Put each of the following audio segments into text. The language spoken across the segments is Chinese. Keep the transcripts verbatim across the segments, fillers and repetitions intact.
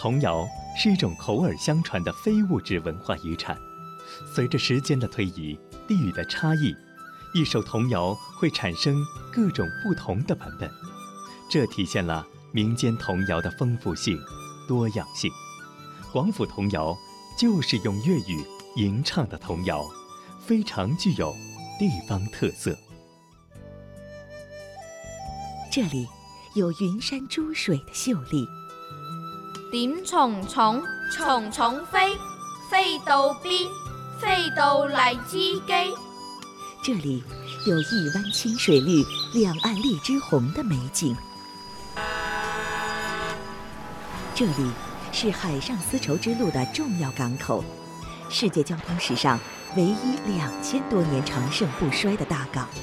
童谣是一种口耳相传的非物质文化遗产，随着时间的推移，地域的差异，一首童谣会产生各种不同的版本，这体现了民间童谣的丰富性、多样性。广府童谣就是用粤语吟唱的童谣，非常具有地方特色。 这里有云山珠水的秀丽， 點蟲蟲，蟲蟲飛，飛到邊，飛到荔枝基。 这里有一湾清水绿，两岸荔枝红的美景。这里是海上丝绸之路的重要港口，世界交通史上唯一两千多年长盛不衰的大港。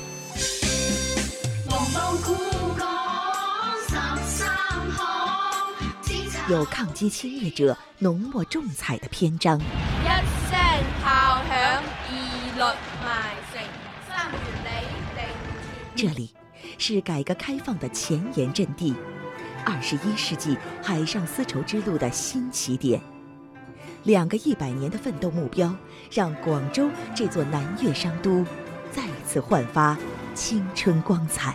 有抗击侵略者浓墨重彩的篇章。 一聲炮響，二律埋城，三元里定。 这里是改革开放的前沿阵地，二十一世纪海上丝绸之路的新起点。两个一百年的奋斗目标，让广州这座南粤商都再次焕发青春光彩。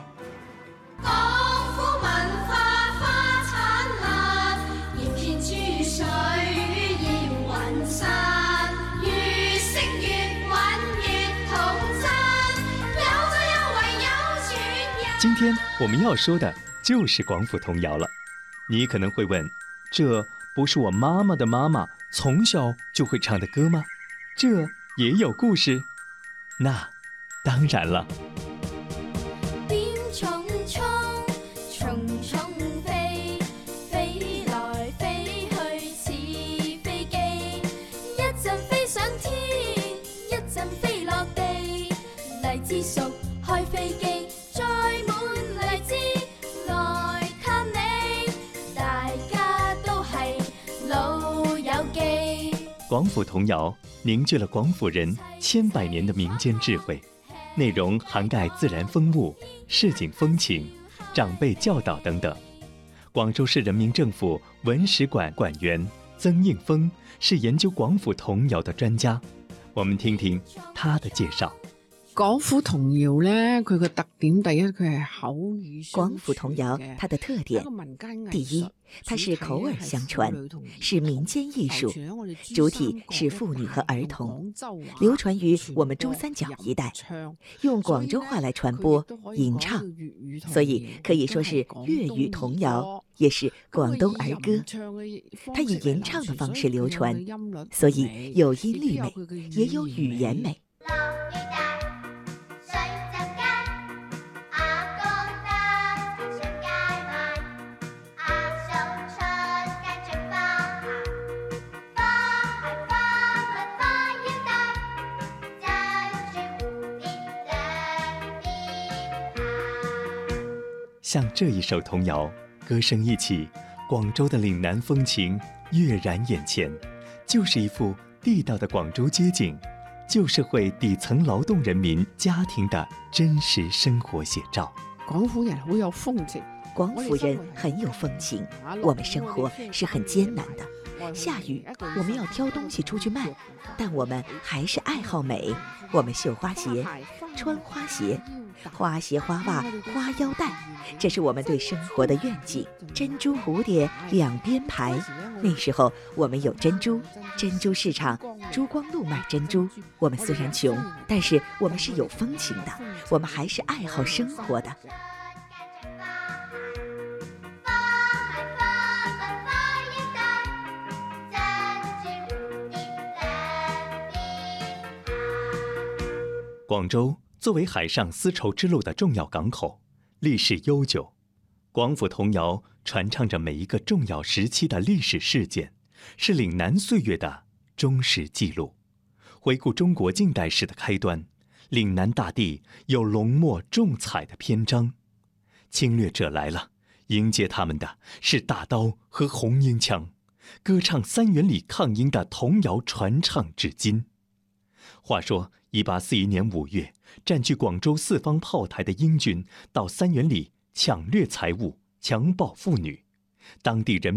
今天我们要说的就是广府童谣了。你可能会问，这不是我妈妈的妈妈从小就会唱的歌吗？这也有故事？那当然了。 點蟲蟲，蟲蟲飛，飛來飛去似飛機，一陣飛上天，一陣飛落地，荔枝熟開飛機。 廣府童謠凝聚了廣府人千百年的民間智慧，內容涵蓋自然風物、市井風情、長輩教導等等。廣州市人民政府文史館館員曾應峰是研究廣府童謠的專家，我們聽聽他的介紹。 廣府童謠呢，佢個特點第一，佢係口語。 廣府童謠它的特點，第一，它是口耳相傳，是民間藝術，主體是婦女和兒童，流傳於我們珠三角一帶，用廣州話來傳播吟唱，所以可以說是粵語童謠，也是廣東兒歌。它以吟唱的方式流傳，所以有音律美，也有語言美。 像这一首童谣，歌声一起，广州的岭南风情跃然眼前，就是一幅地道的广州街景，旧社会底层劳动人民家庭的真实生活写照。 廣府人好有風情， 廣府人很有風情，我們生活是很艱難的。下雨，我們要挑東西出去賣，但我們還是愛好美。我們繡花鞋，穿花鞋，花鞋花襪花腰帶，這是我們對生活的願景。珍珠蝴蝶兩邊排，那時候我們有珍珠，珍珠市場珠光路賣珍珠。我們雖然窮，但是我們是有風情的，我們還是愛好生活的。 廣州作為海上絲綢之路的重要港口，歷史悠久。廣府童謠傳唱着每一個重要時期的歷史事件，是嶺南歲月的忠實記錄。回顧中國近代史的開端，嶺南大地有濃墨重彩的篇章。侵略者來了，迎接他們的是大刀和紅纓槍，歌唱三元里抗英的童謠傳唱至今。話說一八四一年五月，佔據廣州四方炮台的英軍到三元里搶掠財物，強暴婦女，當地人民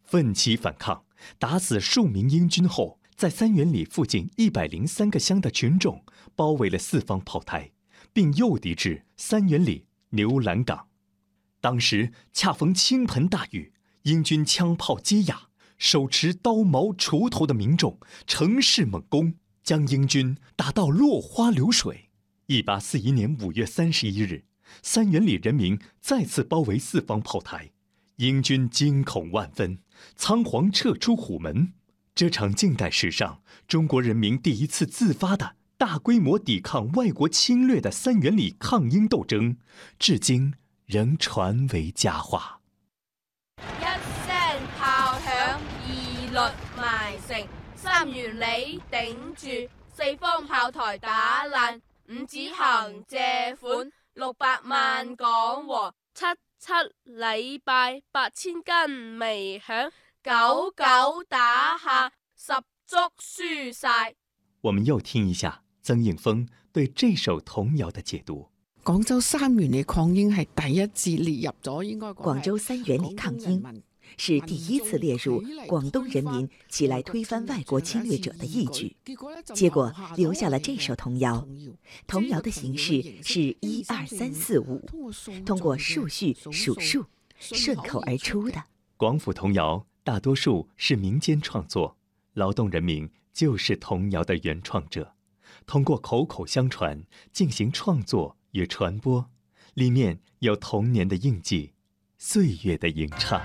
奋起反抗，打死数名英军后，在三元里附近一百零三个乡的群众包围了四方炮台，并诱敌至三元里牛栏岗。当时恰逢倾盆大雨，英军枪炮皆哑，手持刀矛锄头的民众乘势猛攻，将英军打到落花流水。一八四一年五月三十一日，三元里人民再次包围四方炮台，英军惊恐万分，仓皇撤出虎门。这场近代史上中国人民第一次自发的大规模抵抗外国侵略的三元里抗英斗争，至今仍传为佳话。 一聲炮響，二律埋城，三元里頂住，四方炮台打爛，五子行借款六百萬港和，七七禮拜八千斤未響，九九打下十足輸晒。 我们又听一下曾應鋒對這首童謠的解讀。 廣州三元里抗英係第一次列入咗，應該講廣州三元里抗英是第一次列入廣東人民起來推翻外國侵略者的義舉，結果留下了這首童謠。童謠的形式是一二三四五，通過數序數數順口而出的。 廣府童謠大多數是民間創作，勞動人民就是童謠的原創者，通過口口相傳進行創作與傳播，裡面有童年的印記，歲月的吟唱。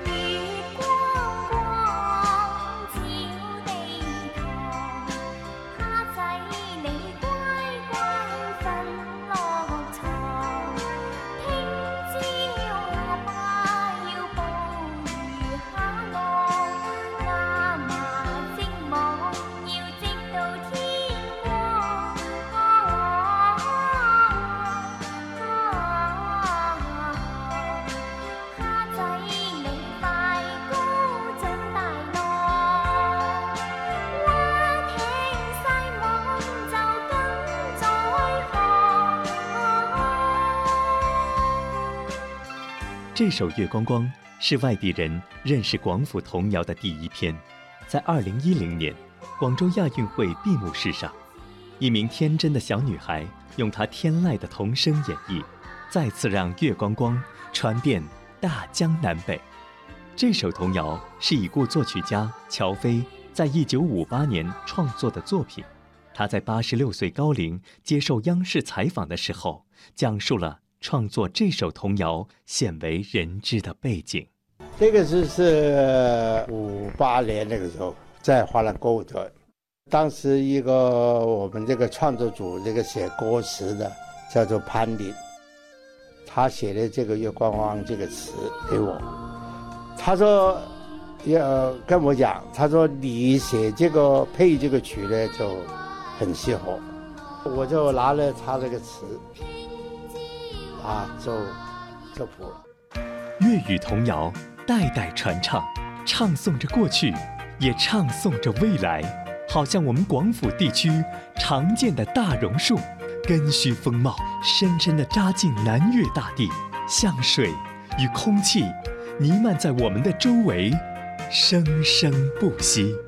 这首《月光光》是外地人认识广府童谣的第一篇。在二零一零年广州亚运会闭幕式上，一名天真的小女孩用她天籁的童声演绎，再次让《月光光》传遍大江南北。这首童谣是已故作曲家乔飞在一九五八年创作的作品。他在八十六岁高龄接受央视采访的时候，讲述了创作这首童谣鲜为人知的背景。 这个是是五八年那个时候在华南歌舞团，当时一个我们这个创作组这个写歌词的叫做潘林，他写的这个月光光这个词给我，他说要跟我讲，他说你写这个配这个曲呢就很适合，我就拿了他这个词啊，就就谱了。 粤语童谣代代传唱，唱诵着过去，也唱诵着未来。好像我们广府地区常见的大榕树，根须丰茂，深深地扎进南粤大地，像水与空气弥漫在我们的周围，生生不息。